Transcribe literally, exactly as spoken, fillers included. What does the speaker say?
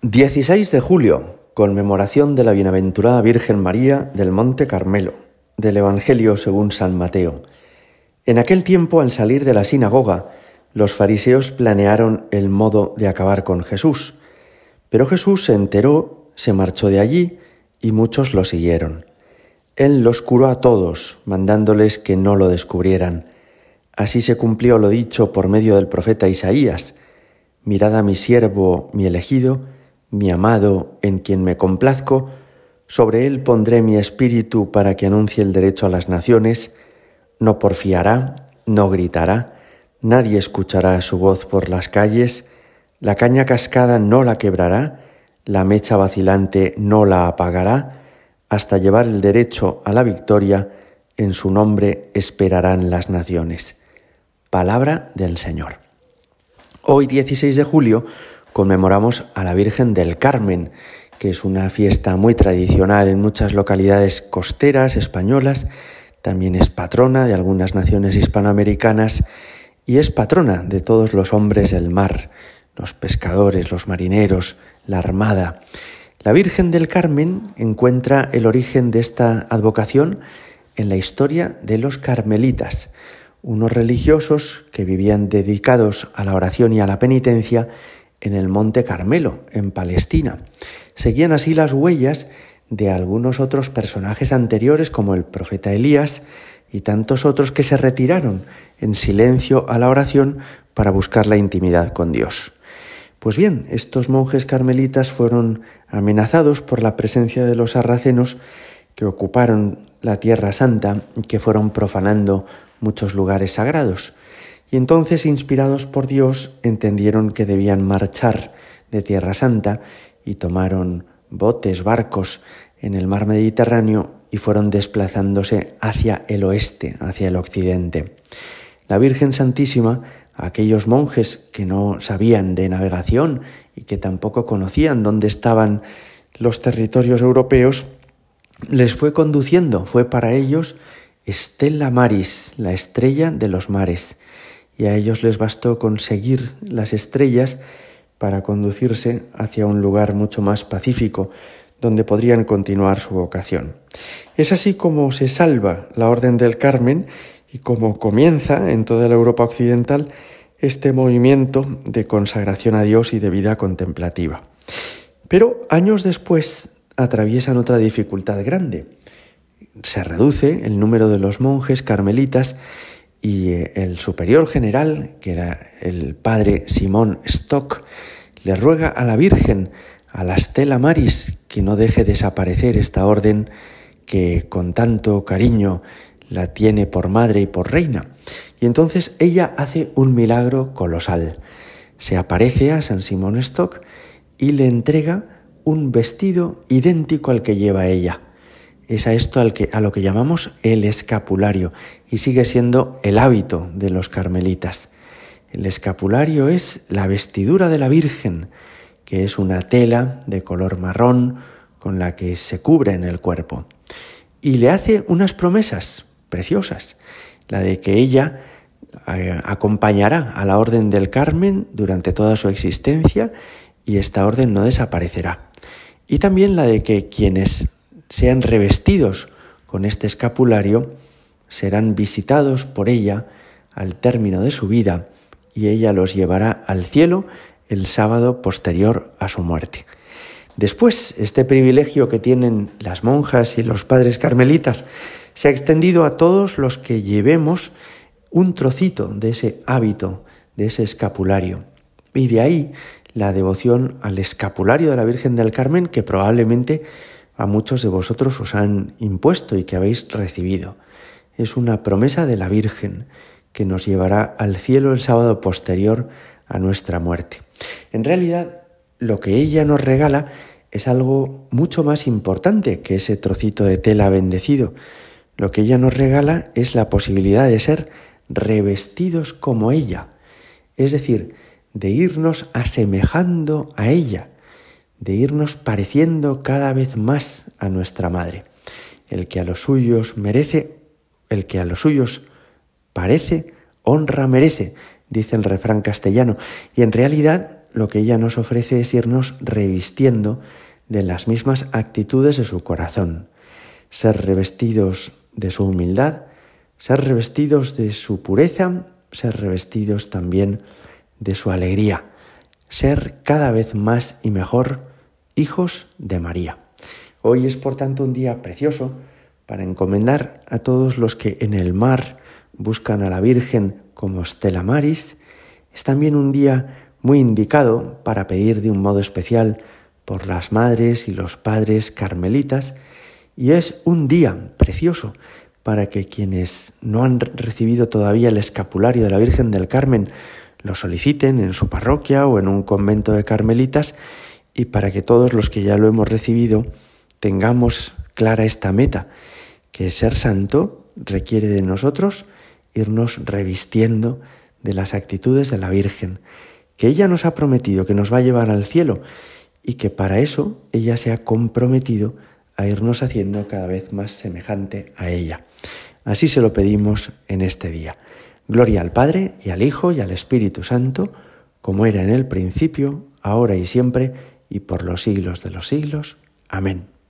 dieciséis de julio, conmemoración de la Bienaventurada Virgen María del Monte Carmelo, del Evangelio según San Mateo. En aquel tiempo, al salir de la sinagoga, los fariseos planearon el modo de acabar con Jesús. Pero Jesús se enteró, se marchó de allí y muchos lo siguieron. Él los curó a todos, mandándoles que no lo descubrieran. Así se cumplió lo dicho por medio del profeta Isaías: «Mirad a mi siervo, mi elegido, mi amado, en quien me complazco, sobre él pondré mi espíritu para que anuncie el derecho a las naciones, no porfiará, no gritará, nadie escuchará su voz por las calles, la caña cascada no la quebrará, la mecha vacilante no la apagará, hasta llevar el derecho a la victoria, en su nombre esperarán las naciones». Palabra del Señor. Hoy, dieciséis de julio, conmemoramos a la Virgen del Carmen, que es una fiesta muy tradicional en muchas localidades costeras españolas. También es patrona de algunas naciones hispanoamericanas y es patrona de todos los hombres del mar, los pescadores, los marineros, la armada. La Virgen del Carmen encuentra el origen de esta advocación en la historia de los carmelitas, unos religiosos que vivían dedicados a la oración y a la penitencia en el Monte Carmelo, en Palestina. Seguían así las huellas de algunos otros personajes anteriores, como el profeta Elías y tantos otros que se retiraron en silencio a la oración para buscar la intimidad con Dios. Pues bien, estos monjes carmelitas fueron amenazados por la presencia de los sarracenos que ocuparon la Tierra Santa y que fueron profanando muchos lugares sagrados. Y entonces, inspirados por Dios, entendieron que debían marchar de Tierra Santa y tomaron botes, barcos en el mar Mediterráneo y fueron desplazándose hacia el oeste, hacia el occidente. La Virgen Santísima, a aquellos monjes que no sabían de navegación y que tampoco conocían dónde estaban los territorios europeos, les fue conduciendo, fue para ellos Stella Maris, la estrella de los mares, y a ellos les bastó conseguir las estrellas para conducirse hacia un lugar mucho más pacífico, donde podrían continuar su vocación. Es así como se salva la Orden del Carmen y como comienza en toda la Europa occidental este movimiento de consagración a Dios y de vida contemplativa. Pero años después atraviesan otra dificultad grande. Se reduce el número de los monjes carmelitas y el superior general, que era el padre Simón Stock, le ruega a la Virgen, a la Stella Maris, que no deje desaparecer esta orden que con tanto cariño la tiene por madre y por reina. Y entonces ella hace un milagro colosal. Se aparece a San Simón Stock y le entrega un vestido idéntico al que lleva ella. Es a esto al que, a lo que llamamos el escapulario, y sigue siendo el hábito de los carmelitas. El escapulario es la vestidura de la Virgen, que es una tela de color marrón con la que se cubre en el cuerpo. Y le hace unas promesas preciosas, la de que ella eh, acompañará a la Orden del Carmen durante toda su existencia y esta orden no desaparecerá. Y también la de que quienes sean revestidos con este escapulario serán visitados por ella al término de su vida y ella los llevará al cielo el sábado posterior a su muerte. Después, este privilegio que tienen las monjas y los padres carmelitas se ha extendido a todos los que llevemos un trocito de ese hábito, de ese escapulario. Y de ahí la devoción al escapulario de la Virgen del Carmen, que probablemente a muchos de vosotros os han impuesto y que habéis recibido. Es una promesa de la Virgen que nos llevará al cielo el sábado posterior a nuestra muerte. En realidad, lo que ella nos regala es algo mucho más importante que ese trocito de tela bendecido. Lo que ella nos regala es la posibilidad de ser revestidos como ella, es decir, de irnos asemejando a ella, de irnos pareciendo cada vez más a nuestra madre. El que a los suyos merece, el que a los suyos parece, honra merece, dice el refrán castellano. Y en realidad lo que ella nos ofrece es irnos revistiendo de las mismas actitudes de su corazón, ser revestidos de su humildad, ser revestidos de su pureza, ser revestidos también de su alegría, ser cada vez más y mejor hijos de María. Hoy es por tanto un día precioso para encomendar a todos los que en el mar buscan a la Virgen como Stella Maris. Es también un día muy indicado para pedir de un modo especial por las madres y los padres carmelitas, y es un día precioso para que quienes no han recibido todavía el escapulario de la Virgen del Carmen lo soliciten en su parroquia o en un convento de carmelitas, y para que todos los que ya lo hemos recibido tengamos clara esta meta, que ser santo requiere de nosotros irnos revistiendo de las actitudes de la Virgen, que ella nos ha prometido que nos va a llevar al cielo y que para eso ella se ha comprometido a irnos haciendo cada vez más semejante a ella. Así se lo pedimos en este día. Gloria al Padre, y al Hijo, y al Espíritu Santo, como era en el principio, ahora y siempre, y por los siglos de los siglos. Amén.